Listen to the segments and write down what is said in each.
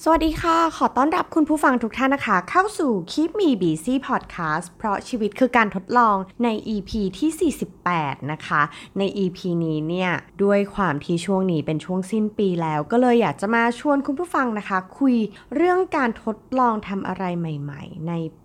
สวัสดีค่ะขอต้อนรับคุณผู้ฟังทุกท่านนะคะเข้าสู่ Keep Me Busy Podcast เพราะชีวิตคือการทดลองใน EP ที่48นะคะใน EP นี้เนี่ยด้วยความที่ช่วงนี้เป็นช่วงสิ้นปีแล้วก็เลยอยากจะมาชวนคุณผู้ฟังนะคะคุยเรื่องการทดลองทำอะไรใหม่ๆในปี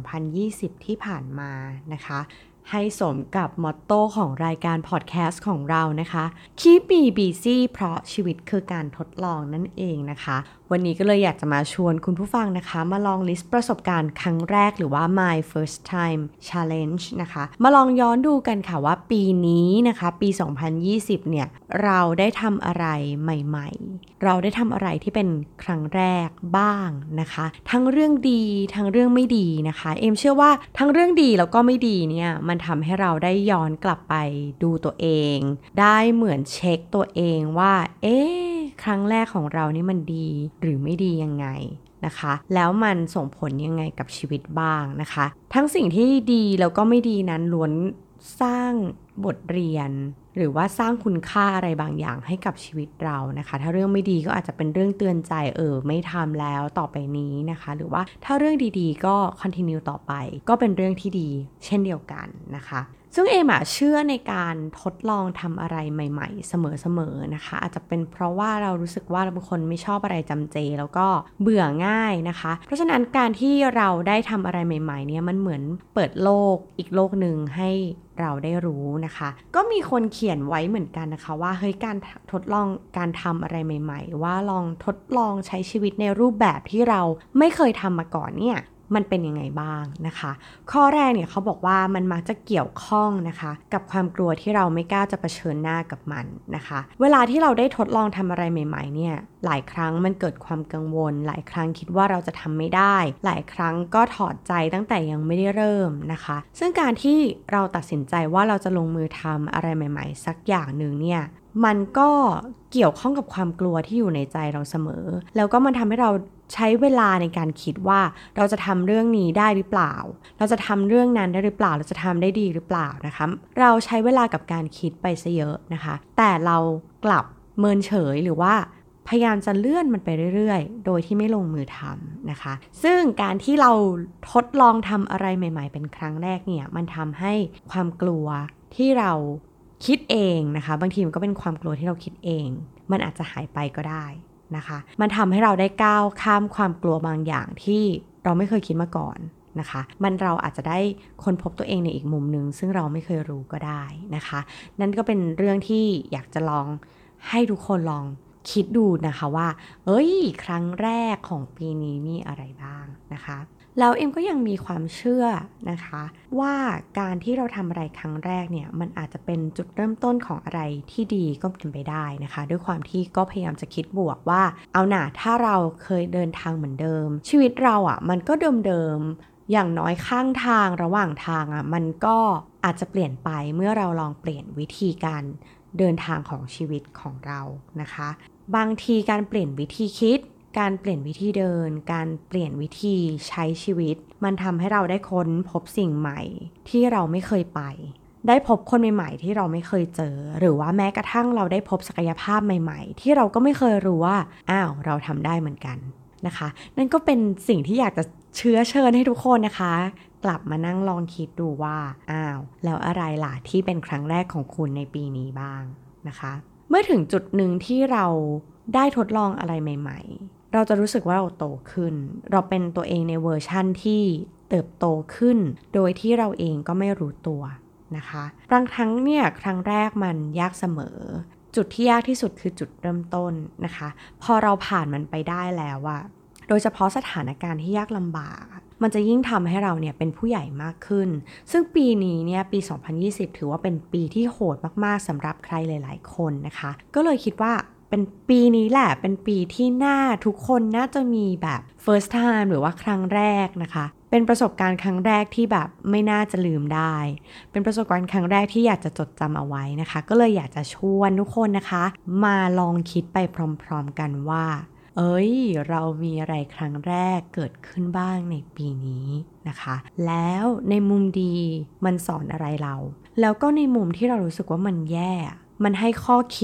2020 ที่ผ่านมานะคะให้สมกับมอตโต้ของรายการพอดแคสต์ของเรานะคะ Keep Me Busy เพราะชีวิตคือการทดลองนั่นเองนะคะวันนี้ก็เลยอยากจะมาชวนคุณผู้ฟังนะคะมาลองลิสต์ประสบการณ์ครั้งแรกหรือว่า My First Time Challenge นะคะมาลองย้อนดูกันค่ะว่าปีนี้นะคะปี 2020 เนี่ยเราได้ทำอะไรใหม่ๆเราได้ทำอะไรที่เป็นครั้งแรกบ้างนะคะทั้งเรื่องดีทั้งเรื่องไม่ดีนะคะเอมเชื่อว่าทั้งเรื่องดีแล้วก็ไม่ดีเนี่ยมันทำให้เราได้ย้อนกลับไปดูตัวเองได้เหมือนเช็คตัวเองว่าครั้งแรกของเรานี่มันดีหรือไม่ดียังไงนะคะแล้วมันส่งผลยังไงกับชีวิตบ้างนะคะทั้งสิ่งที่ดีแล้วก็ไม่ดีนั้นล้วนสร้างบทเรียนหรือว่าสร้างคุณค่าอะไรบางอย่างให้กับชีวิตเรานะคะถ้าเรื่องไม่ดีก็อาจจะเป็นเรื่องเตือนใจไม่ทำแล้วต่อไปนี้นะคะหรือว่าถ้าเรื่องดีๆก็ continue ต่อไปก็เป็นเรื่องที่ดีเช่นเดียวกันนะคะซึ่งเอมเชื่อในการทดลองทำอะไรใหม่ๆเสมอๆนะคะอาจจะเป็นเพราะว่าเรารู้สึกว่าเราเป็นคนไม่ชอบอะไรจำเจแล้วก็เบื่อง่ายนะคะเพราะฉะนั้นการที่เราได้ทำอะไรใหม่ๆเนี่ยมันเหมือนเปิดโลกอีกโลกหนึ่งให้เราได้รู้นะคะก็มีคนเขียนไว้เหมือนกันนะคะว่าเฮ้ยการทดลองการทำอะไรใหม่ๆว่าลองทดลองใช้ชีวิตในรูปแบบที่เราไม่เคยทำมาก่อนเนี่ยมันเป็นยังไงบ้างนะคะข้อแรกเนี่ยเขาบอกว่ามันมักจะเกี่ยวข้องนะคะกับความกลัวที่เราไม่กล้าจะเผชิญหน้ากับมันนะคะเวลาที่เราได้ทดลองทำอะไรใหม่ๆเนี่ยหลายครั้งมันเกิดความกังวลหลายครั้งคิดว่าเราจะทำไม่ได้หลายครั้งก็ถอดใจตั้งแต่ยังไม่ได้เริ่มนะคะซึ่งการที่เราตัดสินใจว่าเราจะลงมือทำอะไรใหม่ๆสักอย่างหนึ่งเนี่ยมันก็เกี่ยวข้องกับความกลัวที่อยู่ในใจเราเสมอแล้วก็มันทำให้เราใช้เวลาในการคิดว่าเราจะทำเรื่องนี้ได้หรือเปล่าเราจะทำเรื่องนั้นได้หรือเปล่าเราจะทำได้ดีหรือเปล่านะคะเราใช้เวลากับการคิดไปซะเยอะนะคะแต่เรากลับเมินเฉยหรือว่าพยายามจะเลื่อนมันไปเรื่อยๆโดยที่ไม่ลงมือทำนะคะซึ่งการที่เราทดลองทำอะไรใหม่ๆเป็นครั้งแรกเนี่ยมันทำให้ความกลัวที่เราคิดเองนะคะบางทีมันก็เป็นความกลัวที่เราคิดเองมันอาจจะหายไปก็ได้นะคะมันทำให้เราได้ก้าวข้ามความกลัวบางอย่างที่เราไม่เคยคิดมาก่อนนะคะเราอาจจะได้ค้นพบตัวเองในอีกมุมนึงซึ่งเราไม่เคยรู้ก็ได้นะคะนั่นก็เป็นเรื่องที่อยากจะลองให้ทุกคนลองคิดดูนะคะว่าครั้งแรกของปีนี้มีอะไรบ้างนะคะแล้วเอ็มก็ยังมีความเชื่อนะคะว่าการที่เราทำอะไรครั้งแรกเนี่ยมันอาจจะเป็นจุดเริ่มต้นของอะไรที่ดีก็เป็นไปได้นะคะด้วยความที่ก็พยายามจะคิดบวกว่าเอาหน่าถ้าเราเคยเดินทางเหมือนเดิมชีวิตเรามันก็เดิมๆอย่างน้อยข้างทางระหว่างทางมันก็อาจจะเปลี่ยนไปเมื่อเราลองเปลี่ยนวิธีการเดินทางของชีวิตของเรานะคะบางทีการเปลี่ยนวิธีคิดการเปลี่ยนวิธีเดินการเปลี่ยนวิธีใช้ชีวิตมันทำให้เราได้ค้นพบสิ่งใหม่ที่เราไม่เคยไปได้พบคนใหม่ๆที่เราไม่เคยเจอหรือว่าแม้กระทั่งเราได้พบศักยภาพใหม่ๆที่เราก็ไม่เคยรู้ว่าเราทำได้เหมือนกันนะคะนั่นก็เป็นสิ่งที่อยากจะเชิญให้ทุกคนนะคะกลับมานั่งลองคิดดูว่าแล้วอะไรล่ะที่เป็นครั้งแรกของคุณในปีนี้บ้างนะคะเมื่อถึงจุดหนึ่งที่เราได้ทดลองอะไรใหม่ๆเราจะรู้สึกว่าเราโตขึ้นเราเป็นตัวเองในเวอร์ชั่นที่เติบโตขึ้นโดยที่เราเองก็ไม่รู้ตัวนะคะบางครั้งเนี่ยครั้งแรกมันยากเสมอจุดที่ยากที่สุดคือจุดเริ่มต้นนะคะพอเราผ่านมันไปได้แล้วโดยเฉพาะสถานการณ์ที่ยากลำบากมันจะยิ่งทำให้เราเนี่ยเป็นผู้ใหญ่มากขึ้นซึ่งปีนี้เนี่ยปี 2020 ถือว่าเป็นปีที่โหดมากๆสำหรับใครหลายๆคนนะคะก็เลยคิดว่าเป็นปีนี้แหละเป็นปีที่ทุกคนน่าจะมีแบบ first time หรือว่าครั้งแรกนะคะเป็นประสบการณ์ครั้งแรกที่แบบไม่น่าจะลืมได้เป็นประสบการณ์ครั้งแรกที่อยากจะจดจำเอาไว้นะคะก็เลยอยากจะชวนทุกคนนะคะมาลองคิดไปพร้อมๆกันว่าเรามีอะไรครั้งแรกเกิดขึ้นบ้างในปีนี้นะคะแล้วในมุมดีมันสอนอะไรเราแล้วก็ในมุมที่เรารู้สึกว่ามันแย่มันให้ข้อคิด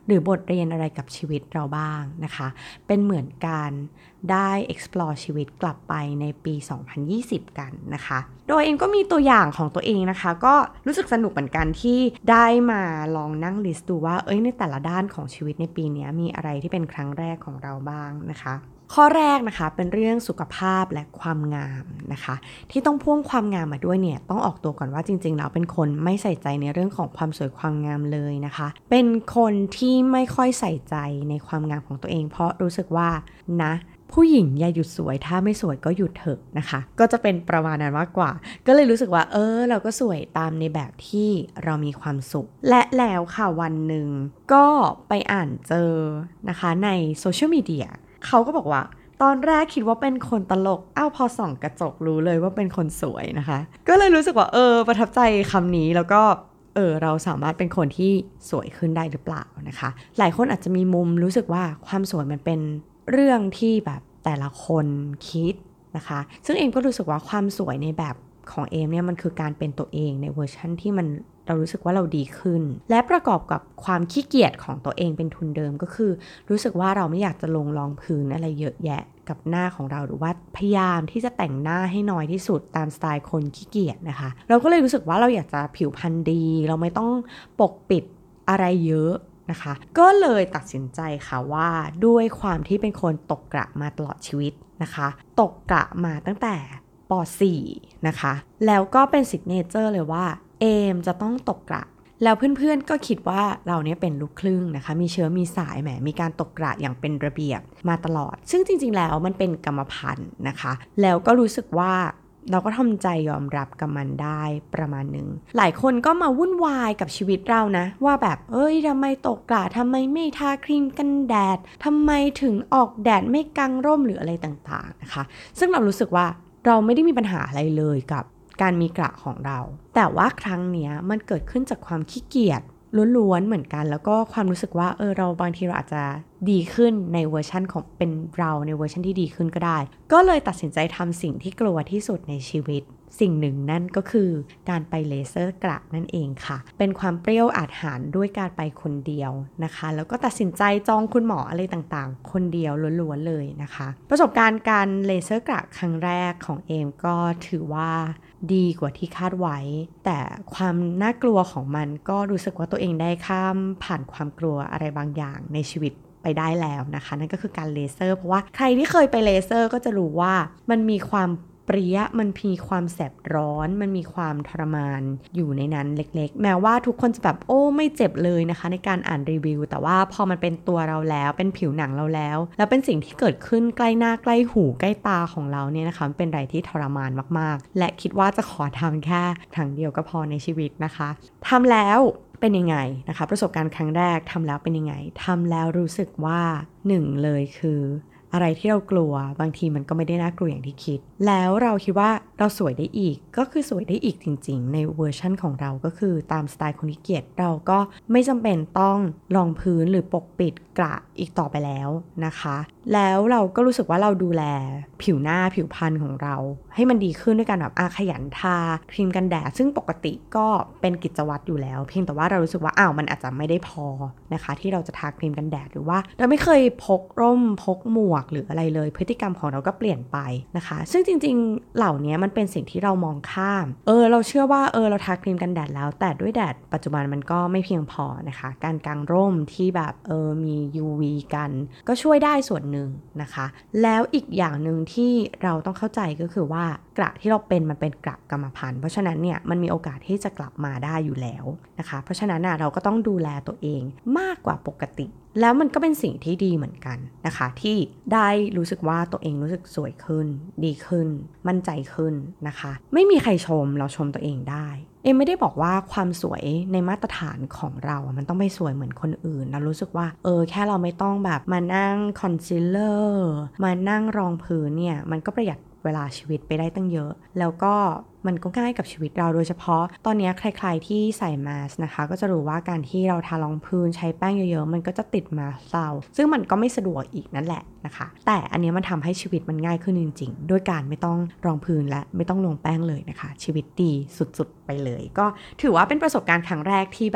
หรือบทเรียนอะไรกับชีวิตเราบ้างนะคะเป็นเหมือนการได้ explore ชีวิตกลับไปในปี 2020 กันนะคะโดยเองก็มีตัวอย่างของตัวเองนะคะก็รู้สึกสนุกเหมือนกันที่ได้มาลองนั่งลิสต์ดูว่าในแต่ละด้านของชีวิตในปีนี้มีอะไรที่เป็นครั้งแรกของเราบ้างนะคะข้อแรกนะคะเป็นเรื่องสุขภาพและความงามนะคะที่ต้องพ่วงความงามมาด้วยเนี่ยต้องออกตัวก่อนว่าจริงๆแล้วเป็นคนไม่ใส่ใจในเรื่องของความสวยความงามเลยนะคะเป็นคนที่ไม่ค่อยใส่ใจในความงามของตัวเองเพราะรู้สึกว่านะผู้หญิงอย่าหยุดสวยถ้าไม่สวยก็หยุดเถอะนะคะก็จะเป็นประมาณนั้นมากกว่าก็เลยรู้สึกว่าเราก็สวยตามในแบบที่เรามีความสุขและแล้วค่ะวันหนึ่งก็ไปอ่านเจอนะคะในโซเชียลมีเดียเขาก็บอกว่าตอนแรกคิดว่าเป็นคนตลกพอส่องกระจกรู้เลยว่าเป็นคนสวยนะคะก็เลยรู้สึกว่าประทับใจคำนี้แล้วก็เราสามารถเป็นคนที่สวยขึ้นได้หรือเปล่านะคะหลายคนอาจจะมีมุมรู้สึกว่าความสวยมันเป็นเรื่องที่แบบแต่ละคนคิดนะคะซึ่งเอมก็รู้สึกว่าความสวยในแบบของเอมเนี่ยมันคือการเป็นตัวเองในเวอร์ชั่นที่เรารู้สึกว่าเราดีขึ้นและประกอบกับความขี้เกียจของตัวเองเป็นทุนเดิมก็คือรู้สึกว่าเราไม่อยากจะลงรองพื้นอะไรเยอะแยะกับหน้าของเราหรือว่าพยายามที่จะแต่งหน้าให้น้อยที่สุดตามสไตล์คนขี้เกียจนะคะเราก็เลยรู้สึกว่าเราอยากจะผิวพรรณดีเราไม่ต้องปกปิดอะไรเยอะนะคะก็เลยตัดสินใจค่ะว่าด้วยความที่เป็นคนตกกระมาตลอดชีวิตนะคะตกกระมาตั้งแต่ป .4 นะคะแล้วก็เป็นซิกเนเจอร์เลยว่าเอมจะต้องตกกระแล้วเพื่อนๆก็คิดว่าเราเนี่ยเป็นลูกครึ่งนะคะมีเชื้อมีสายมีการตกกระอย่างเป็นระเบียบมาตลอดซึ่งจริงๆแล้วมันเป็นกรรมพันธุ์นะคะแล้วก็รู้สึกว่าเราก็ทำใจยอมรับกับมันได้ประมาณนึงหลายคนก็มาวุ่นวายกับชีวิตเรานะว่าแบบทำไมตกกระทำไมไม่ทาครีมกันแดดทำไมถึงออกแดดไม่กางร่มหรืออะไรต่างๆนะคะซึ่งเรารู้สึกว่าเราไม่ได้มีปัญหาอะไรเลยกับการมีกระของเราแต่ว่าครั้งเนี้ยมันเกิดขึ้นจากความขี้เกียจล้วนๆเหมือนกันแล้วก็ความรู้สึกว่าเราบางทีเราอาจจะดีขึ้นในเวอร์ชันของเป็นเราในเวอร์ชันที่ดีขึ้นก็ได้ก็เลยตัดสินใจทำสิ่งที่กลัวที่สุดในชีวิตสิ่งหนึ่งนั่นก็คือการไปเลเซอร์กระนั่นเองค่ะเป็นความเปรี้ยวอาถรรพ์ด้วยการไปคนเดียวนะคะแล้วก็ตัดสินใจจองคุณหมออะไรต่างๆคนเดียวล้วนๆเลยนะคะประสบการณ์การเลเซอร์กระครั้งแรกของเอมก็ถือว่าดีกว่าที่คาดไว้แต่ความน่ากลัวของมันก็รู้สึกว่าตัวเองได้ข้ามผ่านความกลัวอะไรบางอย่างในชีวิตไปได้แล้วนะคะนั่นก็คือการเลเซอร์เพราะว่าใครที่เคยไปเลเซอร์ก็จะรู้ว่ามันมีความเปรี้ยมันมีความแสบร้อนมันมีความทรมานอยู่ในนั้นเล็กๆแม้ว่าทุกคนจะแบบไม่เจ็บเลยนะคะในการอ่านรีวิวแต่ว่าพอมันเป็นตัวเราแล้วเป็นผิวหนังเราแล้วเป็นสิ่งที่เกิดขึ้นใกล้หน้าใกล้หูใกล้ตาของเราเนี่ยนะคะเป็นอะไรที่ทรมานมากๆและคิดว่าจะขอทำแค่ครั้งเดียวก็พอในชีวิตนะคะทำแล้วเป็นยังไงนะคะประสบการณ์ครั้งแรกทำแล้วเป็นยังไงทำแล้วรู้สึกว่าหนึ่งเลยคืออะไรที่เรากลัวบางทีมันก็ไม่ได้น่ากลัวอย่างที่คิดแล้วเราคิดว่าเราสวยได้อีกก็คือสวยได้อีกจริงๆในเวอร์ชั่นของเราก็คือตามสไตล์คนขี้เกียจเราก็ไม่จำเป็นต้องรองพื้นหรือปกปิดกระอีกต่อไปแล้วนะคะแล้วเราก็รู้สึกว่าเราดูแลผิวหน้าผิวพรรณของเราให้มันดีขึ้นด้วยการแบบขยันทาครีมกันแดดซึ่งปกติก็เป็นกิจวัตรอยู่แล้วเพียงแต่ว่าเรารู้สึกว่ามันอาจจะไม่ได้พอนะคะที่เราจะทาครีมกันแดดหรือว่าเราไม่เคยพกร่มพกหมวกหรืออะไรเลยพฤติกรรมของเราก็เปลี่ยนไปนะคะซึ่งจริงๆเหล่านี้มันเป็นสิ่งที่เรามองข้ามเราเชื่อว่าเราทาครีมกันแดดแล้วแต่ด้วยแดดปัจจุบันมันก็ไม่เพียงพอนะคะการกางร่มที่แบบมี UV กันก็ช่วยได้ส่วนหนึ่งนะคะแล้วอีกอย่างหนึ่งที่เราต้องเข้าใจก็คือว่ากระที่เราเป็นมันเป็นกระกรรมพันธุ์เพราะฉะนั้นเนี่ยมันมีโอกาสที่จะกลับมาได้อยู่แล้วนะคะเพราะฉะนั้นเราก็ต้องดูแลตัวเองมากกว่าปกติแล้วมันก็เป็นสิ่งที่ดีเหมือนกันนะคะที่ได้รู้สึกว่าตัวเองรู้สึกสวยขึ้นดีขึ้นมั่นใจขึ้นนะคะไม่มีใครชมเราชมตัวเองได้ไม่ได้บอกว่าความสวยในมาตรฐานของเรามันต้องไม่สวยเหมือนคนอื่นเรารู้สึกว่าแค่เราไม่ต้องแบบมานั่งคอนซีลเลอร์มานั่งรองพื้นเนี่ยมันก็ประหยัดเวลาชีวิตไปได้ตั้งเยอะแล้วก็มันก็ง่ายกับชีวิตเราโดยเฉพาะตอนนี้ใครๆที่ใส่มาสก์นะคะก็จะรู้ว่าการที่เราทารองพื้นใช้แป้งเยอะๆมันก็จะติดมาสก์เราซึ่งมันก็ไม่สะดวกอีกนั่นแหละนะคะแต่อันนี้มันทำให้ชีวิตมันง่ายขึ้นจริงๆด้วยการไม่ต้องรองพื้นและไม่ต้องลงแป้งเลยนะคะชีวิตดีสุดๆไปเลยก็ถือว่าเป็นประสบการณ์ครั้งแรกที่แบบ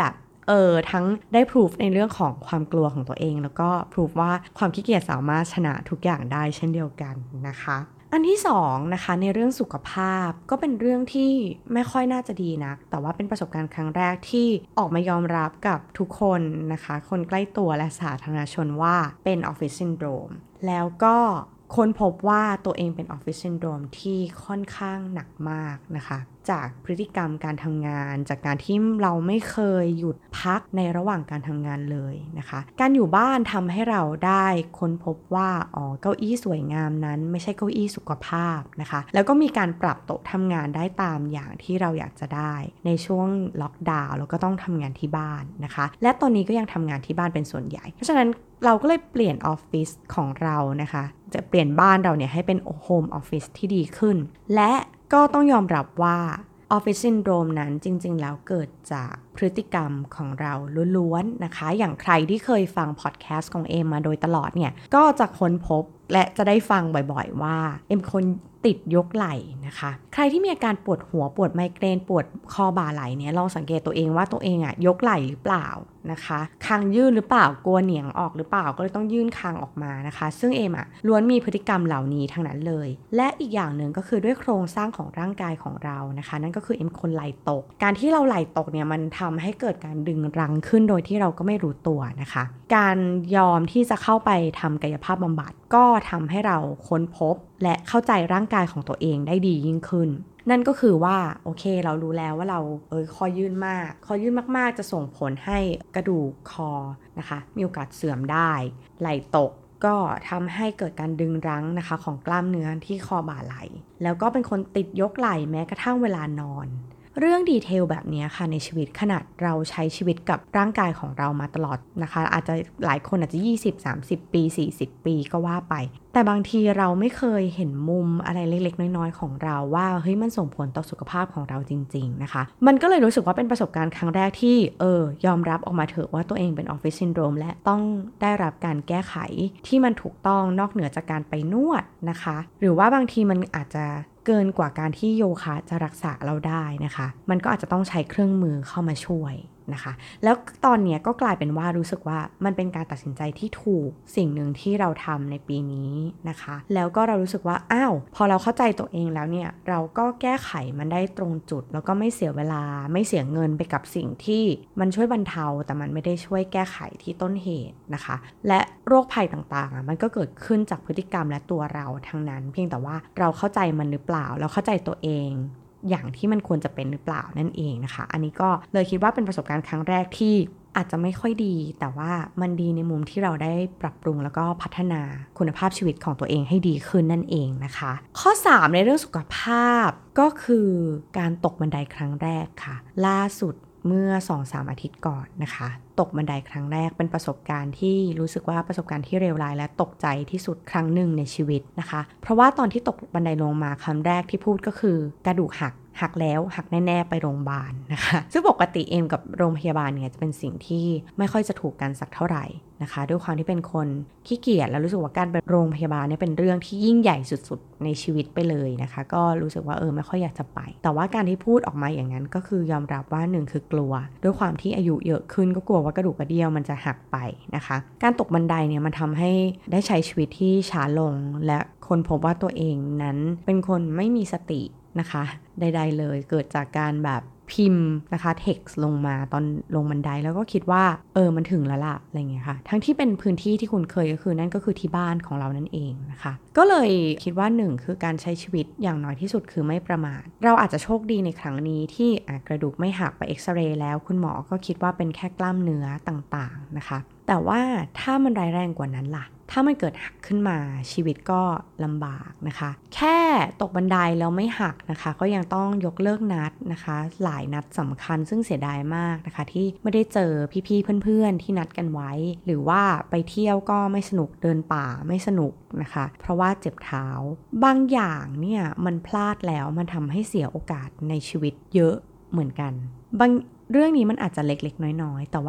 ทั้งได้พิสูจในเรื่องของความกลัวของตัวเองแล้วก็พิสูจว่าความขี้เกียจสามารถชนะทุกอย่างได้เช่นเดียวกันนะคะอันที่2นะคะในเรื่องสุขภาพก็เป็นเรื่องที่ไม่ค่อยน่าจะดีนักแต่ว่าเป็นประสบการณ์ครั้งแรกที่ออกมายอมรับกับทุกคนนะคะคนใกล้ตัวและสาธารณชนว่าเป็นออฟฟิศซินโดรมแล้วก็ค้นพบว่าตัวเองเป็นออฟฟิศซินโดรมที่ค่อนข้างหนักมากนะคะจากพฤติกรรมการทำงานจากการที่เราไม่เคยหยุดพักในระหว่างการทำงานเลยนะคะการอยู่บ้านทำให้เราได้ค้นพบว่าเก้าอี้สวยงามนั้นไม่ใช่เก้าอี้สุขภาพนะคะแล้วก็มีการปรับโต๊ะทำงานได้ตามอย่างที่เราอยากจะได้ในช่วงล็อกดาวน์แล้วก็ต้องทำงานที่บ้านนะคะและตอนนี้ก็ยังทำงานที่บ้านเป็นส่วนใหญ่เพราะฉะนั้นเราก็เลยเปลี่ยนออฟฟิศของเรานะคะจะเปลี่ยนบ้านเราเนี่ยให้เป็นโฮมออฟฟิศที่ดีขึ้นและก็ต้องยอมรับว่าออฟฟิศซินโดรมนั้นจริงๆแล้วเกิดจากพฤติกรรมของเราล้วนๆนะคะอย่างใครที่เคยฟังพอดแคสต์ของเอมมาโดยตลอดเนี่ยก็จะค้นพบและจะได้ฟังบ่อยๆว่าเอมคนติดยกไหล่นะคะใครที่มีอาการปวดหัวปวดไมเกรนปวดคอบ่าไหล่เนี่ยลองสังเกตตัวเองว่าตัวเองยกไหล่หรือเปล่านะคะคางยื่นหรือเปล่ากลัวเหนียงออกหรือเปล่าก็เลยต้องยื่นคางออกมานะคะซึ่งเอมล้วนมีพฤติกรรมเหล่านี้ทั้งนั้นเลยและอีกอย่างหนึ่งก็คือด้วยโครงสร้างของร่างกายของเรานะคะนั่นก็คือเอมคนไหล่ตกการที่เราไหล่ตกเนี่ยมันทำให้เกิดการดึงรั้งขึ้นโดยที่เราก็ไม่รู้ตัวนะคะการยอมที่จะเข้าไปทำกายภาพบำบัดก็ทำให้เราค้นพบและเข้าใจร่างกายของตัวเองได้ดียิ่งขึ้นนั่นก็คือว่าโอเคเรารู้แล้วว่าเราคอยื่นมากคอยื่นมากๆจะส่งผลให้กระดูกคอนะคะมีโอกาสเสื่อมได้ไหล่ตกก็ทำให้เกิดการดึงรั้งนะคะของกล้ามเนื้อที่คอบ่าไหล่แล้วก็เป็นคนติดยกไหล่แม้กระทั่งเวลานอนเรื่องดีเทลแบบนี้ค่ะในชีวิตขนาดเราใช้ชีวิตกับร่างกายของเรามาตลอดนะคะอาจจะหลายคนอาจจะ20-30 ปี40 ปีก็ว่าไปแต่บางทีเราไม่เคยเห็นมุมอะไรเล็กๆน้อยๆของเราว่าเฮ้ยมันส่งผลต่อสุขภาพของเราจริงๆนะคะมันก็เลยรู้สึกว่าเป็นประสบการณ์ครั้งแรกที่ยอมรับออกมาเถอะว่าตัวเองเป็นออฟฟิศซินโดรมและต้องได้รับการแก้ไขที่มันถูกต้องนอกเหนือจากการไปนวดนะคะหรือว่าบางทีมันอาจจะเกินกว่าการที่โยคะจะรักษาเราได้นะคะมันก็อาจจะต้องใช้เครื่องมือเข้ามาช่วยนะคะแล้วตอนนี้ก็กลายเป็นว่ารู้สึกว่ามันเป็นการตัดสินใจที่ถูกสิ่งหนึ่งที่เราทำในปีนี้นะคะแล้วก็เรารู้สึกว่าพอเราเข้าใจตัวเองแล้วเนี่ยเราก็แก้ไขมันได้ตรงจุดแล้วก็ไม่เสียเวลาไม่เสียเงินไปกับสิ่งที่มันช่วยบรรเทาแต่มันไม่ได้ช่วยแก้ไขที่ต้นเหตุนะคะและโรคภัยต่างๆมันก็เกิดขึ้นจากพฤติกรรมและตัวเราทั้งนั้นเพียงแต่ว่าเราเข้าใจมันหรือเปล่าเราเข้าใจตัวเองอย่างที่มันควรจะเป็นหรือเปล่านั่นเองนะคะอันนี้ก็เลยคิดว่าเป็นประสบการณ์ครั้งแรกที่อาจจะไม่ค่อยดีแต่ว่ามันดีในมุมที่เราได้ปรับปรุงแล้วก็พัฒนาคุณภาพชีวิตของตัวเองให้ดีขึ้นนั่นเองนะคะข้อ3ในเรื่องสุขภาพก็คือการตกบันไดครั้งแรกค่ะล่าสุดเมื่อ 2-3 อาทิตย์ก่อนนะคะตกบันไดครั้งแรกเป็นประสบการณ์ที่รู้สึกว่าประสบการณ์ที่เลวร้ายและตกใจที่สุดครั้งหนึ่งในชีวิตนะคะเพราะว่าตอนที่ตกบันไดลงมาครั้งแรกที่พูดก็คือกระดูกหักแล้วหักแน่ๆไปโรงพยาบาลนะคะซึ่งปกติเองกับโรงพยาบาลเนี่ยจะเป็นสิ่งที่ไม่ค่อยจะถูกกันสักเท่าไหร่นะคะด้วยความที่เป็นคนขี้เกียจแล้วรู้สึกว่าการไปโรงพยาบาลเนี่ยเป็นเรื่องที่ยิ่งใหญ่สุดๆในชีวิตไปเลยนะคะก็รู้สึกว่าไม่ค่อยอยากจะไปแต่ว่าการที่พูดออกมาอย่างนั้นก็คือยอมรับว่า1คือกลัวด้วยความที่อายุเยอะขึ้นก็กลัวว่ากระดูกกระเดี่ยวมันจะหักไปนะคะการตกบันไดเนี่ยมันทำให้ได้ใช้ชีวิตที่ช้าลงและคนพบว่าตัวเองนั้นเป็นคนไม่มีสตินะคะใดๆเลยเกิดจากการแบบพิมพ์นะคะเท็กซ์ลงมาตอนลงบันไดแล้วก็คิดว่ามันถึงแล้วล่ะอะไรเงี้ยค่ะทั้งที่เป็นพื้นที่ที่คุณเคยก็คือนั่นก็คือที่บ้านของเรานั่นเองนะคะก็เลยคิดว่า1คือการใช้ชีวิตอย่างน้อยที่สุดคือไม่ประมาทเราอาจจะโชคดีในครั้งนี้ที่กระดูกไม่หักไปเอ็กซเรย์แล้วคุณหมอก็คิดว่าเป็นแค่กล้ามเนื้อต่างๆนะคะแต่ว่าถ้ามันร้ายแรงกว่านั้นล่ะถ้ามันเกิดหักขึ้นมาชีวิตก็ลำบากนะคะแค่ตกบันไดแล้วไม่หักนะคะก็ยังต้องยกเลิกนัดนะคะหลายนัดสำคัญซึ่งเสียดายมากนะคะที่ไม่ได้เจอพี่ๆเพื่อนๆที่นัดกันไว้หรือว่าไปเที่ยวก็ไม่สนุกเดินป่าไม่สนุกนะคะเพราะว่าเจ็บเท้าบางอย่างเนี่ยมันพลาดแล้วมันทำให้เสียโอกาสในชีวิตเยอะเหมือนกันบางเรื่องนี้มันอาจจะเล็กๆน้อยๆแต่ว่า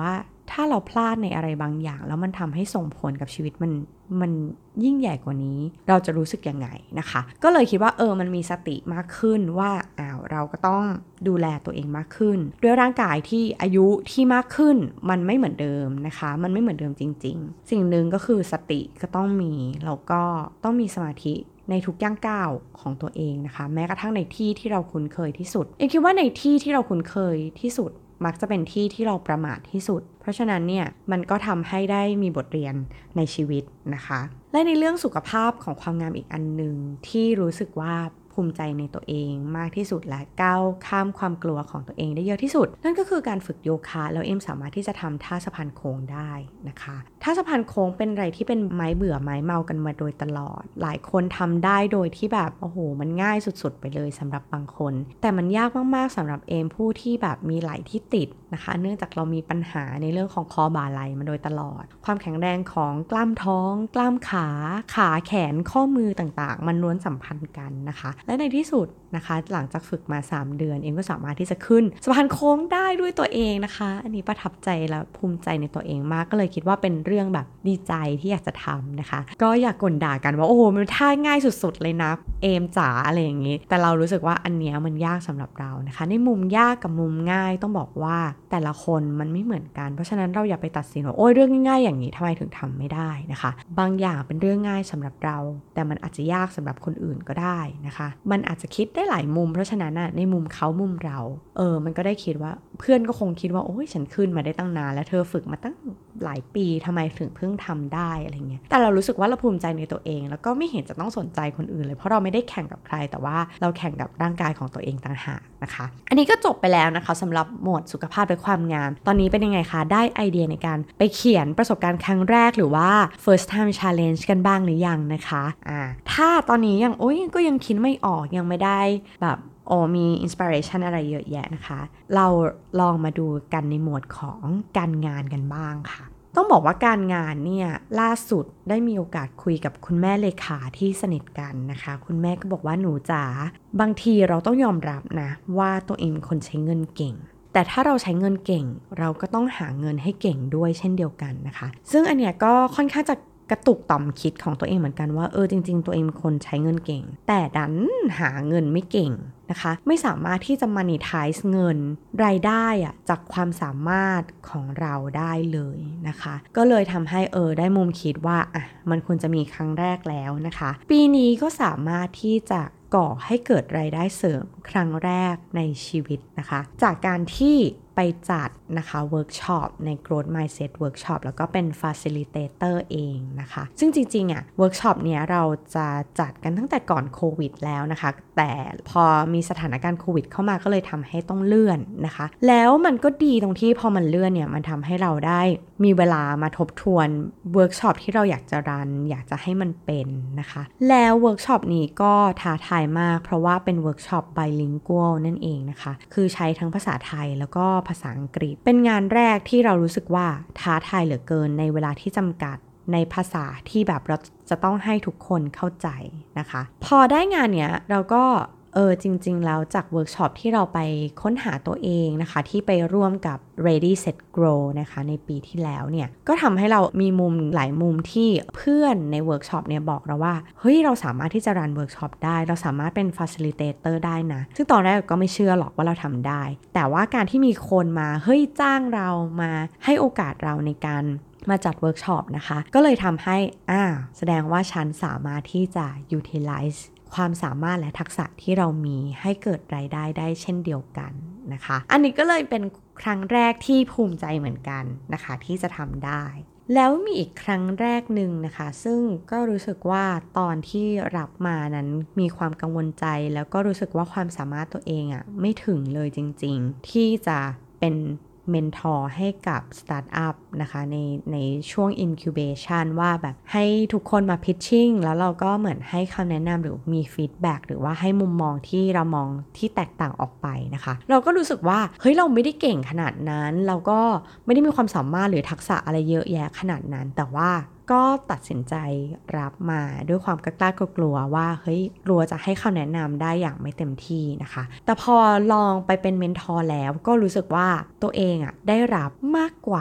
ถ้าเราพลาดในอะไรบางอย่างแล้วมันทำให้ส่งผลกับชีวิตมันยิ่งใหญ่กว่านี้เราจะรู้สึกยังไงนะคะก็เลยคิดว่ามันมีสติมากขึ้นว่าเราก็ต้องดูแลตัวเองมากขึ้นด้วยร่างกายที่อายุที่มากขึ้นมันไม่เหมือนเดิมนะคะมันไม่เหมือนเดิมจริงๆสิ่งหนึ่งก็คือสติก็ต้องมีแล้วก็ต้องมีสมาธิในทุกย่างก้าวของตัวเองนะคะแม้กระทั่งในที่ที่เราคุ้นเคยที่สุดคิดว่าในที่ที่เราคุ้นเคยที่สุดมักจะเป็นที่ที่เราประมาทที่สุดเพราะฉะนั้นเนี่ยมันก็ทำให้ได้มีบทเรียนในชีวิตนะคะและในเรื่องสุขภาพของความงามอีกอันหนึ่งที่รู้สึกว่าภูมิใจในตัวเองมากที่สุดและก้าวข้ามความกลัวของตัวเองได้เยอะที่สุดนั่นก็คือการฝึกโยคะแล้วสามารถที่จะทำท่าสะพานโค้งได้นะคะท่าสะพานโค้งเป็นอะไรที่เป็นไม้เบื่อไม้เมากันมาโดยตลอดหลายคนทำได้โดยที่แบบโอ้โหมันง่ายสุดๆไปเลยสำหรับบางคนแต่มันยากมากๆสำหรับผู้ที่แบบมีไหล่ที่ติดนะคะเนื่องจากเรามีปัญหาในเรื่องของคอบ่าไหล่มาโดยตลอดความแข็งแรงของกล้ามท้องกล้ามขาแขนข้อมือต่างๆมันล้วนสัมพันธ์กันนะคะและในที่สุดนะคะหลังจากฝึกมา3 เดือนก็สามารถที่จะขึ้นสะพานโค้งได้ด้วยตัวเองนะคะอันนี้ประทับใจและภูมิใจในตัวเองมากก็เลยคิดว่าเป็นเรื่องแบบดีใจที่อยากจะทำนะคะก็อยากกลด่ากันว่าโอ้โหมันท่าง่ายสุดๆเลยนะจ๋าอะไรอย่างนี้แต่เรารู้สึกว่าอันเนี้ยมันยากสำหรับเรานะคะในมุมยากกับมุมง่ายต้องบอกว่าแต่ละคนมันไม่เหมือนกันเพราะฉะนั้นเราอย่าไปตัดสินว่าโอ้ยเรื่องง่ายๆอย่างนี้ทำไมถึงทำไม่ได้นะคะบางอย่างเป็นเรื่องง่ายสำหรับเราแต่มันอาจจะยากสำหรับคนอื่นก็ได้นะคะมันอาจจะคิดได้หลายมุมเพราะฉะนั้นในมุมเขามุมเรามันก็ได้คิดว่าเพื่อนก็คงคิดว่าโอ้ยฉันขึ้นมาได้ตั้งนานแล้วเธอฝึกมาตั้งหลายปีทำไมถึงเพิ่งทำได้อะไรเงี้ยแต่เรารู้สึกว่าเราภูมิใจในตัวเองแล้วก็ไม่เห็นจะต้องสนใจคนอื่นเลยเพราะเราไม่ได้แข่งกับใครแต่ว่าเราแข่งกับร่างกายของตัวเองต่างหากนะคะอันนี้ก็จบไปแล้วนะคะสำหรับหมวดสุขภาพและความงามตอนนี้เป็นยังไงคะได้ไอเดียในการไปเขียนประสบการณ์ครั้งแรกหรือว่า first time challenge กันบ้างหรือยังนะคะถ้าตอนนี้ยังก็ยังคิดไม่ออกยังไม่ได้แบบมีอินสปิเรชันอะไรเยอะแยะนะคะเราลองมาดูกันในหมวดของการงานกันบ้างค่ะต้องบอกว่าการงานเนี่ยล่าสุดได้มีโอกาสคุยกับคุณแม่เลขาที่สนิทกันนะคะคุณแม่ก็บอกว่าหนูจ๋าบางทีเราต้องยอมรับนะว่าตัวเองเป็นคนใช้เงินเก่งแต่ถ้าเราใช้เงินเก่งเราก็ต้องหาเงินให้เก่งด้วยเช่นเดียวกันนะคะซึ่งอันเนี้ยก็ค่อนข้างจะกระตุกต่อมคิดของตัวเองเหมือนกันว่าจริงๆตัวเองเป็นคนใช้เงินเก่งแต่ดันหาเงินไม่เก่งนะคะไม่สามารถที่จะ monetize เงินรายได้จากความสามารถของเราได้เลยนะคะก็เลยทำให้ได้มุมคิดว่ามันควรจะมีครั้งแรกแล้วนะคะปีนี้ก็สามารถที่จะก่อให้เกิดรายได้เสริมครั้งแรกในชีวิตนะคะจากการที่ไปจัดนะคะเวิร์กช็อปใน Growth Mindset Workshop แล้วก็เป็น Facilitator เองนะคะซึ่งจริงๆเวิร์กช็อปเนี้ยเราจะจัดกันตั้งแต่ก่อนโควิดแล้วนะคะแต่พอมีสถานการณ์โควิดเข้ามาก็เลยทำให้ต้องเลื่อนนะคะแล้วมันก็ดีตรงที่พอมันเลื่อนเนี่ยมันทำให้เราได้มีเวลามาทบทวนเวิร์กช็อปที่เราอยากจะรันอยากจะให้มันเป็นนะคะแล้วเวิร์กช็อปนี้ก็ท้าทายมากเพราะว่าเป็นเวิร์กช็อป bilingual นั่นเองนะคะคือใช้ทั้งภาษาไทยแล้วก็ภาษาอังกฤษเป็นงานแรกที่เรารู้สึกว่าท้าทายเหลือเกินในเวลาที่จำกัดในภาษาที่แบบเราจะต้องให้ทุกคนเข้าใจนะคะพอได้งานเนี้ยเราก็จริงๆแล้วจากเวิร์กช็อปที่เราไปค้นหาตัวเองนะคะที่ไปร่วมกับ Ready Set Grow นะคะในปีที่แล้วเนี่ยก็ทำให้เรามีมุมหลายมุมที่เพื่อนในเวิร์กช็อปเนี่ยบอกเราว่าเฮ้ยเราสามารถที่จะรันเวิร์กช็อปได้เราสามารถเป็น Facilitator ได้นะซึ่งตอนแรกก็ไม่เชื่อหรอกว่าเราทำได้แต่ว่าการที่มีคนมาเฮ้ยจ้างเรามาให้โอกาสเราในการมาจัดเวิร์กช็อปนะคะก็เลยทำให้แสดงว่าฉันสามารถที่จะ utilizeความสามารถและทักษะที่เรามีให้เกิดรายได้ได้เช่นเดียวกันนะคะอันนี้ก็เลยเป็นครั้งแรกที่ภูมิใจเหมือนกันนะคะที่จะทำได้แล้วมีอีกครั้งแรกหนึ่งนะคะซึ่งก็รู้สึกว่าตอนที่รับมานั้นมีความกังวลใจแล้วก็รู้สึกว่าความสามารถตัวเองไม่ถึงเลยจริงๆที่จะเป็นเมนทอร์ให้กับสตาร์ทอัพนะคะในช่วง incubation ว่าแบบให้ทุกคนมา pitching แล้วเราก็เหมือนให้คำแนะนำหรือมีฟีดแบ็กหรือว่าให้มุมมองที่เรามองที่แตกต่างออกไปนะคะเราก็รู้สึกว่าเฮ้ยเราไม่ได้เก่งขนาดนั้นเราก็ไม่ได้มีความสามารถหรือทักษะอะไรเยอะแยะขนาดนั้นแต่ว่าก็ตัดสินใจรับมาด้วยความกล้ากลัวว่าเฮ้ยกลัวจะให้คำแนะนำได้อย่างไม่เต็มที่นะคะแต่พอลองไปเป็นเมนทอร์แล้วก็รู้สึกว่าตัวเองได้รับมากกว่า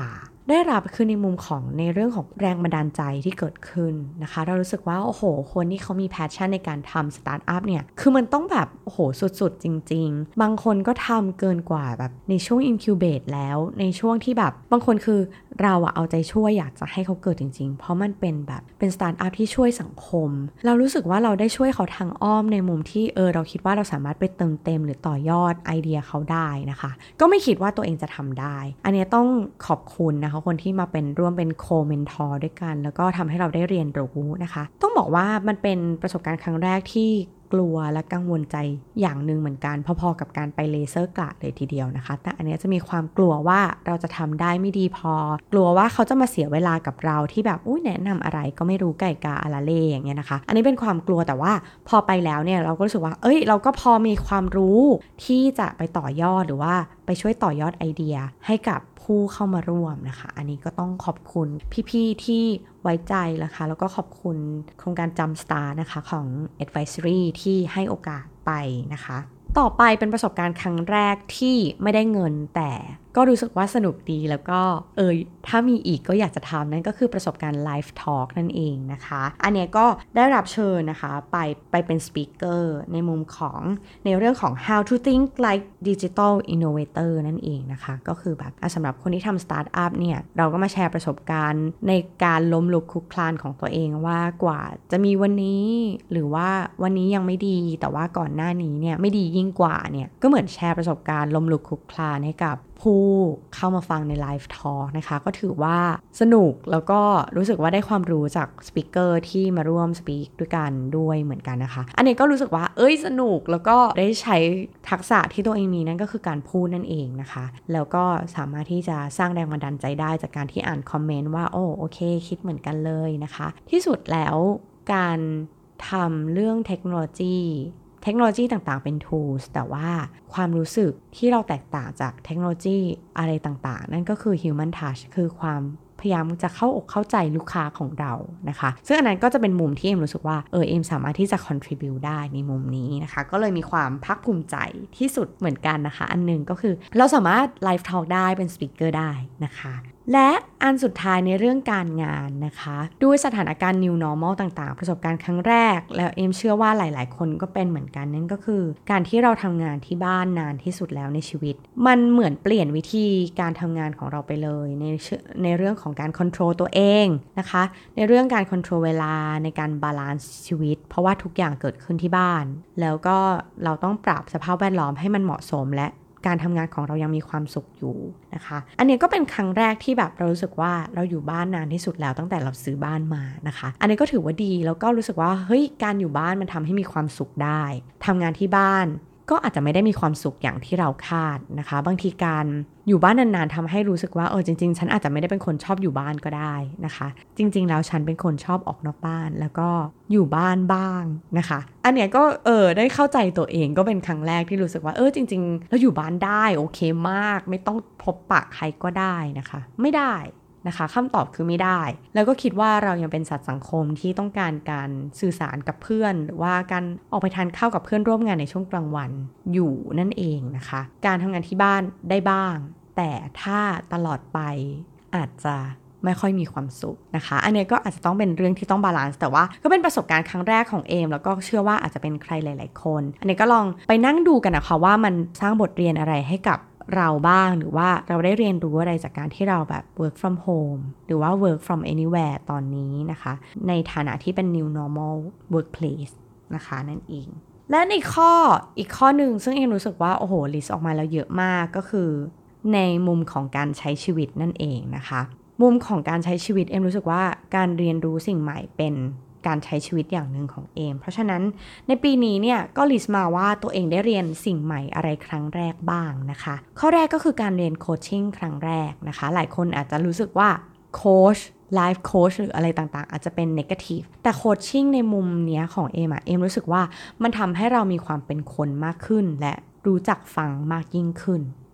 ได้รับคือในมุมของในเรื่องของแรงบันดาลใจที่เกิดขึ้นนะคะเรารู้สึกว่าโอ้โหคนที่เขามีแพชชั่นในการทำสตาร์ทอัพเนี่ยคือมันต้องแบบโอ้โหสุดๆจริงๆบางคนก็ทำเกินกว่าแบบในช่วงอินคิวเบตแล้วในช่วงที่แบบบางคนคือเราเอาใจช่วยอยากจะให้เขาเกิดจริงๆเพราะมันเป็นแบบเป็นสตาร์ทอัพที่ช่วยสังคมเรารู้สึกว่าเราได้ช่วยเขาทางอ้อมในมุมที่เราคิดว่าเราสามารถไปเติมเต็มหรือต่อยอดไอเดียเขาได้นะคะก็ไม่คิดว่าตัวเองจะทำได้อันนี้ต้องขอบคุณนะคะคนที่มาเป็นร่วมเป็นโคเมนทอร์ด้วยกันแล้วก็ทำให้เราได้เรียนรู้นะคะต้องบอกว่ามันเป็นประสบการณ์ครั้งแรกที่กลัวและกังวลใจอย่างหนึ่งเหมือนกันพอๆกับการไปเลเซอร์กราดเลยทีเดียวนะคะแต่อันนี้จะมีความกลัวว่าเราจะทำได้ไม่ดีพอกลัวว่าเขาจะมาเสียเวลากับเราที่แบบแนะนำอะไรก็ไม่รู้ไก่กาอาราเล่อย่างเงี้ยนะคะอันนี้เป็นความกลัวแต่ว่าพอไปแล้วเนี่ยเราก็รู้สึกว่าเราก็พอมีความรู้ที่จะไปต่อยอดหรือว่าไปช่วยต่อยอดไอเดียให้กับผู้เข้ามาร่วมนะคะอันนี้ก็ต้องขอบคุณพี่ๆที่ไว้ใจนะคะแล้วก็ขอบคุณโครงการ Jumpstart นะคะของ Advisory ที่ให้โอกาสไปนะคะต่อไปเป็นประสบการณ์ครั้งแรกที่ไม่ได้เงินแต่ก็รู้สึกว่าสนุกดีแล้วก็ถ้ามีอีกก็อยากจะทำนั่นก็คือประสบการณ์ Live Talk นั่นเองนะคะอันนี้ก็ได้รับเชิญนะคะไปเป็นสปีกเกอร์ในมุมของในเรื่องของ how to think like digital innovator นั่นเองนะคะก็คือแบบสำหรับคนที่ทำสตาร์ทอัพเนี่ยเราก็มาแชร์ประสบการณ์ในการล้มลุกคลุกคลานของตัวเองว่ากว่าจะมีวันนี้หรือว่าวันนี้ยังไม่ดีแต่ว่าก่อนหน้านี้เนี่ยไม่ดียิ่งกว่าเนี่ยก็เหมือนแชร์ประสบการณ์ล้มลุกคลุกคลานให้กับผู้เข้ามาฟังในไลฟ์ทอล์กนะคะก็ถือว่าสนุกแล้วก็รู้สึกว่าได้ความรู้จากสปีกเกอร์ที่มาร่วมสปีกด้วยกันด้วยเหมือนกันนะคะอันนี้ก็รู้สึกว่าสนุกแล้วก็ได้ใช้ทักษะที่ตัวเองมีนั่นก็คือการพูดนั่นเองนะคะแล้วก็สามารถที่จะสร้างแรงบันดาลใจได้จากการที่อ่านคอมเมนต์ว่าโอเคคิดเหมือนกันเลยนะคะที่สุดแล้วการทำเรื่องเทคโนโลยีต่างๆเป็น tools แต่ว่าความรู้สึกที่เราแตกต่างจากเทคโนโลยีอะไรต่างๆนั่นก็คือ human touch คือความพยายามจะเข้าอกเข้าใจลูกค้าของเรานะคะซึ่งอันนั้นก็จะเป็นมุมที่เอ็มรู้สึกว่าเอ็มสามารถที่จะ contribute ได้ในมุมนี้นะคะก็เลยมีความภาคภูมิใจที่สุดเหมือนกันนะคะอันนึงก็คือเราสามารถ live talk ได้เป็น speaker ได้นะคะและอันสุดท้ายในเรื่องการงานนะคะด้วยสถานการณ์ new normal ต่างๆประสบการณ์ครั้งแรกแล้วเอ็มเชื่อว่าหลายๆคนก็เป็นเหมือนกันนั่นก็คือการที่เราทำงานที่บ้านนานที่สุดแล้วในชีวิตมันเหมือนเปลี่ยนวิธีการทำงานของเราไปเลยในเรื่องของการ control ตัวเองนะคะในเรื่องการ control เวลาในการ balance ชีวิตเพราะว่าทุกอย่างเกิดขึ้นที่บ้านแล้วก็เราต้องปรับสภาพแวดล้อมให้มันเหมาะสมและการทำงานของเรายังมีความสุขอยู่นะคะอันนี้ก็เป็นครั้งแรกที่แบบเรารู้สึกว่าเราอยู่บ้านนานที่สุดแล้วตั้งแต่เราซื้อบ้านมานะคะอันนี้ก็ถือว่าดีแล้วก็รู้สึกว่าการอยู่บ้านมันทำให้มีความสุขได้ทำงานที่บ้านก็อาจจะไม่ได้มีความสุขอย่างที่เราคาดนะคะบางทีการอยู่บ้านนานๆทำให้รู้สึกว่าจริงๆฉันอาจจะไม่ได้เป็นคนชอบอยู่บ้านก็ได้นะคะจริงๆแล้วฉันเป็นคนชอบออกนอกบ้านแล้วก็อยู่บ้านบ้างนะคะอันเนี้ยก็ได้เข้าใจตัวเองก็เป็นครั้งแรกที่รู้สึกว่าจริงๆแล้วอยู่บ้านได้โอเคมากไม่ต้องพบปะใครก็ได้นะคะไม่ได้นะคะคำตอบคือไม่ได้แล้วก็คิดว่าเรายังเป็นสัตว์สังคมที่ต้องการการสื่อสารกับเพื่อนหรือว่าการออกไปทานข้าวกับเพื่อนร่วมงานในช่วงกลางวันอยู่นั่นเองนะคะการทำงานที่บ้านได้บ้างแต่ถ้าตลอดไปอาจจะไม่ค่อยมีความสุขนะคะอันนี้ก็อาจจะต้องเป็นเรื่องที่ต้องบาลานซ์แต่ว่าก็เป็นประสบการณ์ครั้งแรกของเอมแล้วก็เชื่อว่าอาจจะเป็นใครหลายๆคนอันนี้ก็ลองไปนั่งดูกันนะคะว่ามันสร้างบทเรียนอะไรให้กับเราบ้างหรือว่าเราได้เรียนรู้อะไรจากการที่เราแบบ work from home หรือว่า work from anywhere ตอนนี้นะคะในฐานะที่เป็น new normal workplace นะคะนั่นเองและในอีกข้อหนึ่งซึ่งเองรู้สึกว่าลิสต์ออกมาแล้วเยอะมากก็คือในมุมของการใช้ชีวิตนั่นเองนะคะมุมของการใช้ชีวิตเอ็มรู้สึกว่าการเรียนรู้สิ่งใหม่เป็นการใช้ชีวิตอย่างหนึ่งของเอมเพราะฉะนั้นในปีนี้เนี่ยก็ลิสต์มาว่าตัวเองได้เรียนสิ่งใหม่อะไรครั้งแรกบ้างนะคะข้อแรกก็คือการเรียนโคชชิ่งครั้งแรกนะคะหลายคนอาจจะรู้สึกว่าโค้ชไลฟ์โค้ชหรืออะไรต่างๆอาจจะเป็นเนกาทีฟแต่โคชชิ่งในมุมเนี้ยของเอมรู้สึกว่ามันทำให้เรามีความเป็นคนมากขึ้นและรู้จักฟังมากยิ่งขึ้น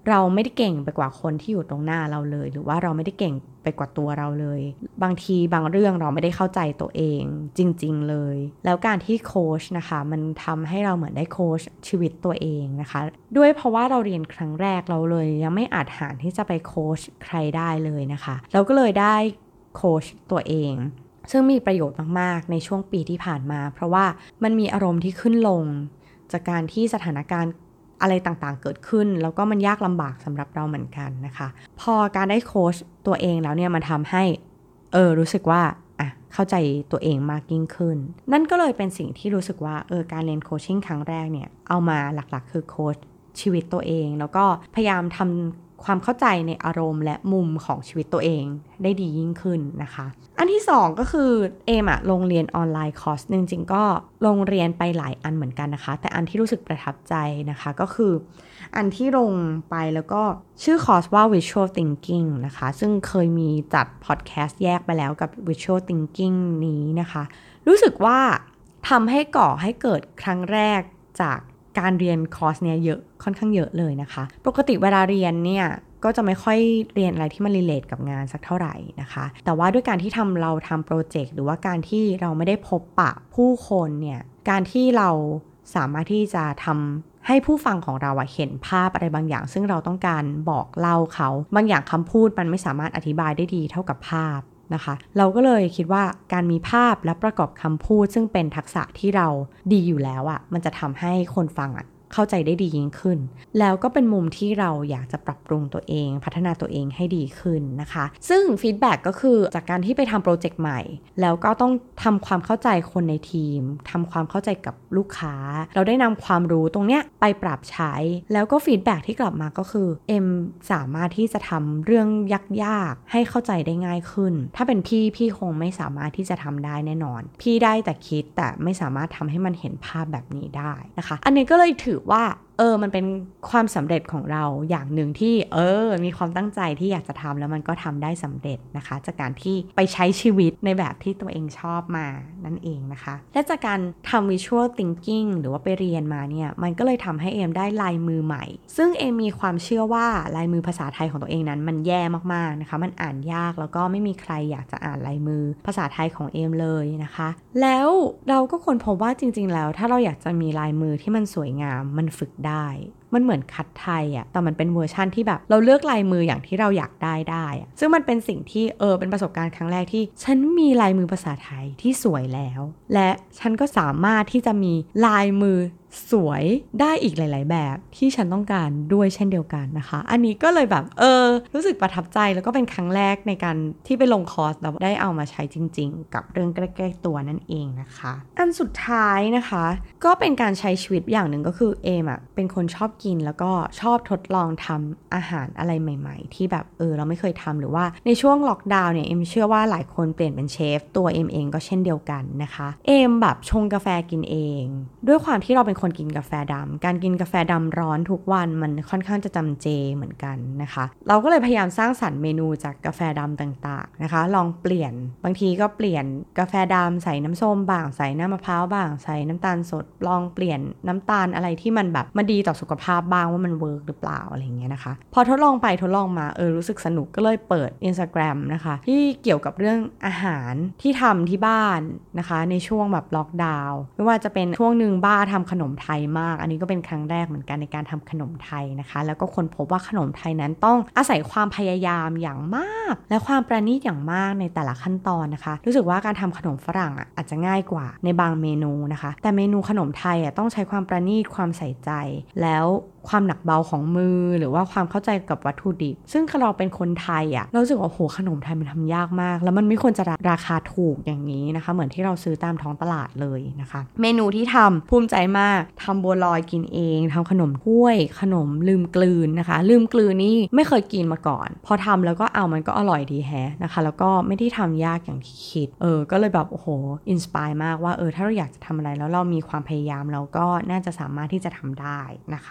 เราไม่ได้เก่งไปกว่าคนที่อยู่ตรงหน้าเราเลยหรือว่าเราไม่ได้เก่งไปกว่าตัวเราเลยบางทีบางเรื่องเราไม่ได้เข้าใจตัวเองจริงๆเลยแล้วการที่โค้ชนะคะมันทำให้เราเหมือนได้โค้ชชีวิตตัวเองนะคะด้วยเพราะว่าเราเรียนครั้งแรกเราเลยยังไม่อาจหาที่จะไปโค้ชใครได้เลยนะคะเราก็เลยได้โค้ชตัวเองซึ่งมีประโยชน์มากๆในช่วงปีที่ผ่านมาเพราะว่ามันมีอารมณ์ที่ขึ้นลงจากการที่สถานการณ์อะไรต่างๆเกิดขึ้นแล้วก็มันยากลำบากสำหรับเราเหมือนกันนะคะพอการได้โค้ชตัวเองแล้วเนี่ยมันทำให้รู้สึกว่าเข้าใจตัวเองมากยิ่งขึ้นนั่นก็เลยเป็นสิ่งที่รู้สึกว่าการเรียนโคชชิ่งครั้งแรกเนี่ยเอามาหลักๆคือโค้ชชีวิตตัวเองแล้วก็พยายามทำความเข้าใจในอารมณ์และมุมของชีวิตตัวเองได้ดียิ่งขึ้นนะคะอันที่2ก็คือเอมลงเรียนออนไลน์คอร์สจริงๆก็ลงเรียนไปหลายอันเหมือนกันนะคะแต่อันที่รู้สึกประทับใจนะคะก็คืออันที่ลงไปแล้วก็ชื่อคอร์สว่า Visual Thinking นะคะซึ่งเคยมีจัดพอดแคสต์แยกไปแล้วกับ Visual Thinking นี้นะคะรู้สึกว่าทำให้ก่อให้เกิดครั้งแรกจากการเรียนคอร์สเนี่ยค่อนข้างเยอะเลยนะคะปกติเวลาเรียนเนี่ยก็จะไม่ค่อยเรียนอะไรที่มันรีเลทกับงานสักเท่าไหร่นะคะแต่ว่าด้วยการที่เราทำโปรเจกต์หรือว่าการที่เราไม่ได้พบปะผู้คนเนี่ยการที่เราสามารถที่จะทำให้ผู้ฟังของเราเห็นภาพอะไรบางอย่างซึ่งเราต้องการบอกเล่าเขาบางอย่างคำพูดมันไม่สามารถอธิบายได้ดีเท่ากับภาพนะคะเราก็เลยคิดว่าการมีภาพและประกอบคำพูดซึ่งเป็นทักษะที่เราดีอยู่แล้วมันจะทำให้คนฟังเข้าใจได้ดียิ่งขึ้นแล้วก็เป็นมุมที่เราอยากจะปรับปรุงตัวเองพัฒนาตัวเองให้ดีขึ้นนะคะซึ่งฟีดแบ็กก็คือจากการที่ไปทำโปรเจกต์ใหม่แล้วก็ต้องทำความเข้าใจคนในทีมทำความเข้าใจกับลูกค้าเราได้นำความรู้ตรงเนี้ยไปปรับใช้แล้วก็ฟีดแบ็กที่กลับมาก็คือเอ็มสามารถที่จะทำเรื่องยากๆให้เข้าใจได้ง่ายขึ้นถ้าเป็นพี่คงไม่สามารถที่จะทำได้แน่นอนพี่ได้แต่คิดแต่ไม่สามารถทำให้มันเห็นภาพแบบนี้ได้นะคะอันนี้ก็เลยถือว่ามันเป็นความสำเร็จของเราอย่างหนึ่งที่มีความตั้งใจที่อยากจะทำแล้วมันก็ทำได้สำเร็จนะคะจากการที่ไปใช้ชีวิตในแบบที่ตัวเองชอบมานั่นเองนะคะและจากการทำ visual thinking หรือว่าไปเรียนมาเนี่ยมันก็เลยทำให้เอมได้ลายมือใหม่ซึ่งเอมมีความเชื่อว่าลายมือภาษาไทยของตัวเองนั้นมันแย่มากๆนะคะมันอ่านยากแล้วก็ไม่มีใครอยากจะอ่านลายมือภาษาไทยของเอมเลยนะคะแล้วเราก็ค้นพบว่าจริงๆแล้วถ้าเราอยากจะมีลายมือที่มันสวยงามมันฝึกได้มันเหมือนคัดไทยแต่มันเป็นเวอร์ชั่นที่แบบเราเลือกลายมืออย่างที่เราอยากได้ซึ่งมันเป็นสิ่งที่เป็นประสบการณ์ครั้งแรกที่ฉันมีลายมือภาษาไทยที่สวยแล้วและฉันก็สามารถที่จะมีลายมือสวยได้อีกหลายๆแบบที่ฉันต้องการด้วยเช่นเดียวกันนะคะอันนี้ก็เลยแบบรู้สึกประทับใจแล้วก็เป็นครั้งแรกในการที่ไปลงคอร์สแล้วได้เอามาใช้จริงๆกับเรื่องใกล้ๆตัวนั่นเองนะคะอันสุดท้ายนะคะก็เป็นการใช้ชีวิตอย่างหนึ่งก็คือเอมเป็นคนชอบกินแล้วก็ชอบทดลองทำอาหารอะไรใหม่ๆที่แบบเราไม่เคยทำหรือว่าในช่วงล็อกดาวน์เนี่ยเอมเชื่อว่าหลายคนเปลี่ยนเป็นเชฟตัวเอมเองก็เช่นเดียวกันนะคะเอมแบบชงกาแฟกินเองด้วยความที่เราเป็นคนกินกาแฟดำการกินกาแฟดำร้อนทุกวันมันค่อนข้างจะจำเจเหมือนกันนะคะเราก็เลยพยายามสร้างสรรค์เมนูจากกาแฟดำต่างๆนะคะลองเปลี่ยนบางทีก็เปลี่ยนกาแฟดำใส่น้ำส้มบ้างใส่น้ำมะพร้าวบ้างใส่น้ำตาลสดลองเปลี่ยนน้ำตาลอะไรที่มันแบบมันดีต่อสุขภาพบ้างว่ามันเวิร์กหรือเปล่าอะไรอย่างเงี้ยนะคะพอทดลองไปทดลองมารู้สึกสนุกก็เลยเปิด Instagram นะคะที่เกี่ยวกับเรื่องอาหารที่ทำที่บ้านนะคะในช่วงแบบล็อกดาวน์ไม่ว่าจะเป็นช่วงนึงบ้าทำขนมไทยมากอันนี้ก็เป็นครั้งแรกเหมือนกันในการทำขนมไทยนะคะแล้วก็ค้นพบว่าขนมไทยนั้นต้องอาศัยความพยายามอย่างมากและความประณีตอย่างมากในแต่ละขั้นตอนนะคะรู้สึกว่าการทำขนมฝรั่งอาจจะง่ายกว่าในบางเมนูนะคะแต่เมนูขนมไทยต้องใช้ความประณีตความใส่ใจแล้วความหนักเบาของมือหรือว่าความเข้าใจกับวัตถุดิบซึ่งเราเป็นคนไทยเรารู้สึกว่าโหขนมไทยมันทำยากมากแล้วมันไม่ควรจะราคาถูกอย่างนี้นะคะเหมือนที่เราซื้อตามท้องตลาดเลยนะคะเมนูที่ทำภูมิใจมากทำบัวลอยกินเองทำขนมถ้วยขนมลืมกลืนนะคะลืมกลืนนี่ไม่เคยกินมาก่อนพอทำแล้วก็มันก็อร่อยดีแฮะนะคะแล้วก็ไม่ได้ทำยากอย่างที่คิดก็เลยแบบโอ้โหอินสไปร์มากว่าถ้าเราอยากจะทำอะไรแล้วเรามีความพยายามเราก็น่าจะสามารถที่จะทำได้นะคะแล้วก็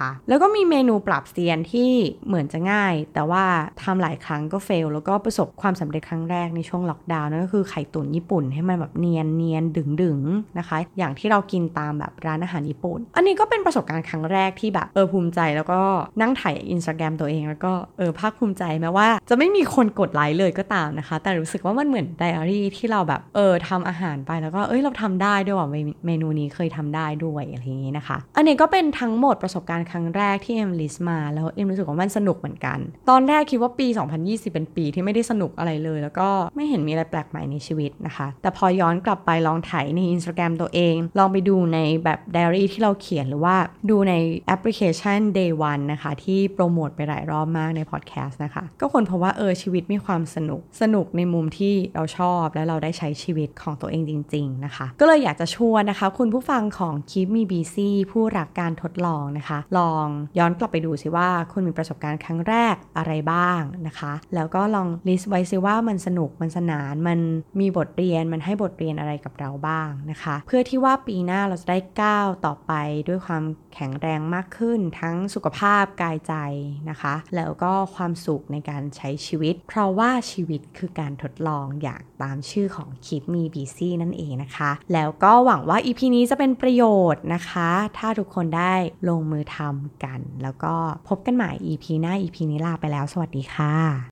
ก็มีเมนูปรับเซียนที่เหมือนจะง่ายแต่ว่าทำหลายครั้งก็เฟลแล้วก็ประสบความสำเร็จครั้งแรกในช่วงล็อกดาวน์นั่นก็คือไข่ตุ๋นญี่ปุ่นให้มันแบบเนียนดึงนะคะอย่างที่เรากินตามแบบร้านอาหารญี่ปุ่นอันนี้ก็เป็นประสบการณ์ครั้งแรกที่แบบภูมิใจแล้วก็นั่งถ่าย Instagram ตัวเองแล้วก็ภาคภูมิใจแม้ว่าจะไม่มีคนกดไลค์เลยก็ตามนะคะแต่รู้สึกว่ามันเหมือนไดอารี่ที่เราแบบทำอาหารไปแล้วก็เราทำได้ด้วยว่าเมนูนี้เคยทำได้ด้วยอะไรอย่างนี้นะคะอันนี้ก็เป็นทั้งหมดประสบการณ์ครั้งแรกที่เอ็มลิสต์มาแล้วเอ็มรู้สึกว่ามันสนุกเหมือนกันตอนแรกคิดว่าปี2020เป็นปีที่ไม่ได้สนุกอะไรเลยแล้วก็ไม่เห็นมีอะไรแปลกใหม่ในชีวิตนะคะแต่พอย้อนกลับไปลองถ่ายใน Instagram ตัวเองลองไปดูในแบบไดอารี่ที่เราเขียนหรือว่าดูในแอปพลิเคชัน Day One นะคะที่โปรโมทไปหลายรอบมากในพอดแคสต์นะคะก็คนเพราะว่าชีวิตมีความสนุกในมุมที่เราชอบและเราได้ใช้ชีวิตของตัวเองจริงๆนะคะก็เลยอยากจะชวนนะคะคุณผู้ฟังของ Keep Me Busy ผู้รักการทดลองนะคะลองย้อนกลับไปดูสิว่าคุณมีประสบการณ์ครั้งแรกอะไรบ้างนะคะแล้วก็ลองลิสต์ไว้สิว่ามันสนุกมันสนานมันมีบทเรียนมันให้บทเรียนอะไรกับเราบ้างนะคะเพื่อที่ว่าปีหน้าเราจะได้ก้าวต่อไปด้วยความแข็งแรงมากขึ้นทั้งสุขภาพกายใจนะคะแล้วก็ความสุขในการใช้ชีวิตเพราะว่าชีวิตคือการทดลองอย่างตามชื่อของ Keep Me Busy นั่นเองนะคะแล้วก็หวังว่า EP นี้จะเป็นประโยชน์นะคะถ้าทุกคนได้ลงมือทำกันแล้วก็พบกันใหม่ EP หน้า EP นี้ลาไปแล้วสวัสดีค่ะ